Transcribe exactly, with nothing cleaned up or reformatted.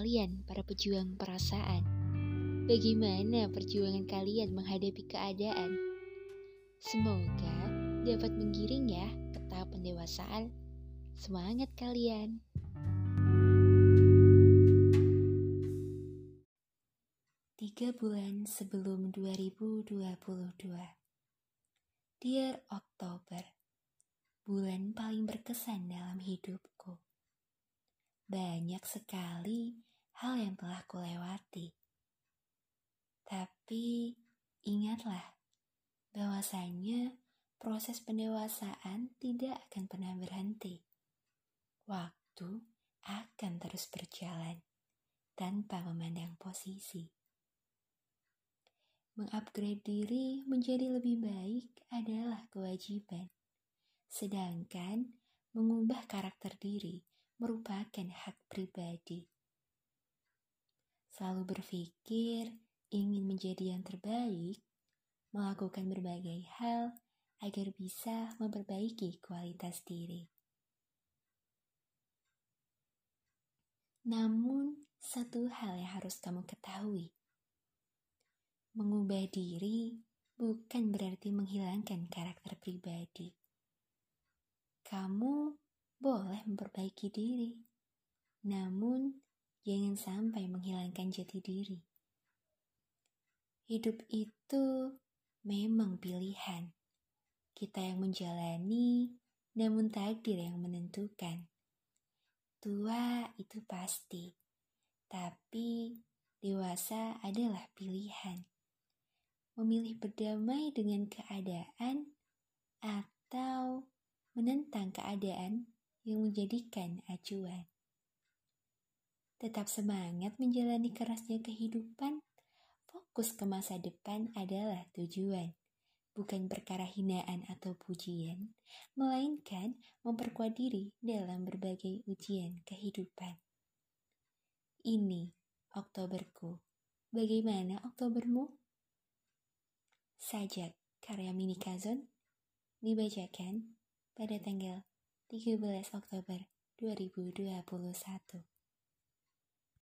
kalian, para pejuang perasaan. Bagaimana perjuangan kalian menghadapi keadaan? Semoga dapat menggiring ya ke tahap pendewasaan. Semangat kalian! Tiga bulan sebelum dua ribu dua puluh dua. Dear Oktober, bulan paling berkesan dalam hidupku. Banyak sekali hal yang telah kulewati. Tapi ingatlah bahwasanya proses pendewasaan tidak akan pernah berhenti. Waktu akan terus berjalan tanpa memandang posisi. Mengupgrade diri menjadi lebih baik adalah kewajiban. Sedangkan mengubah karakter diri merupakan hak pribadi. Selalu berpikir ingin menjadi yang terbaik, melakukan berbagai hal agar bisa memperbaiki kualitas diri. Namun, satu hal yang harus kamu ketahui. Mengubah diri bukan berarti menghilangkan karakter pribadi. Kamu boleh memperbaiki diri, namun jangan sampai menghilangkan jati diri. Hidup itu memang pilihan. Kita yang menjalani, namun takdir yang menentukan. Tua itu pasti, tapi dewasa adalah pilihan. Memilih berdamai dengan keadaan atau menentang keadaan yang menjadikan acuan. Tetap semangat menjalani kerasnya kehidupan. Fokus ke masa depan adalah tujuan, bukan perkara hinaan atau pujian, melainkan memperkuat diri dalam berbagai ujian kehidupan. Ini Oktoberku. Bagaimana Oktobermu? Sajak karya Mini Kazon dibacakan pada tanggal tiga belas Oktober dua ribu dua puluh satu.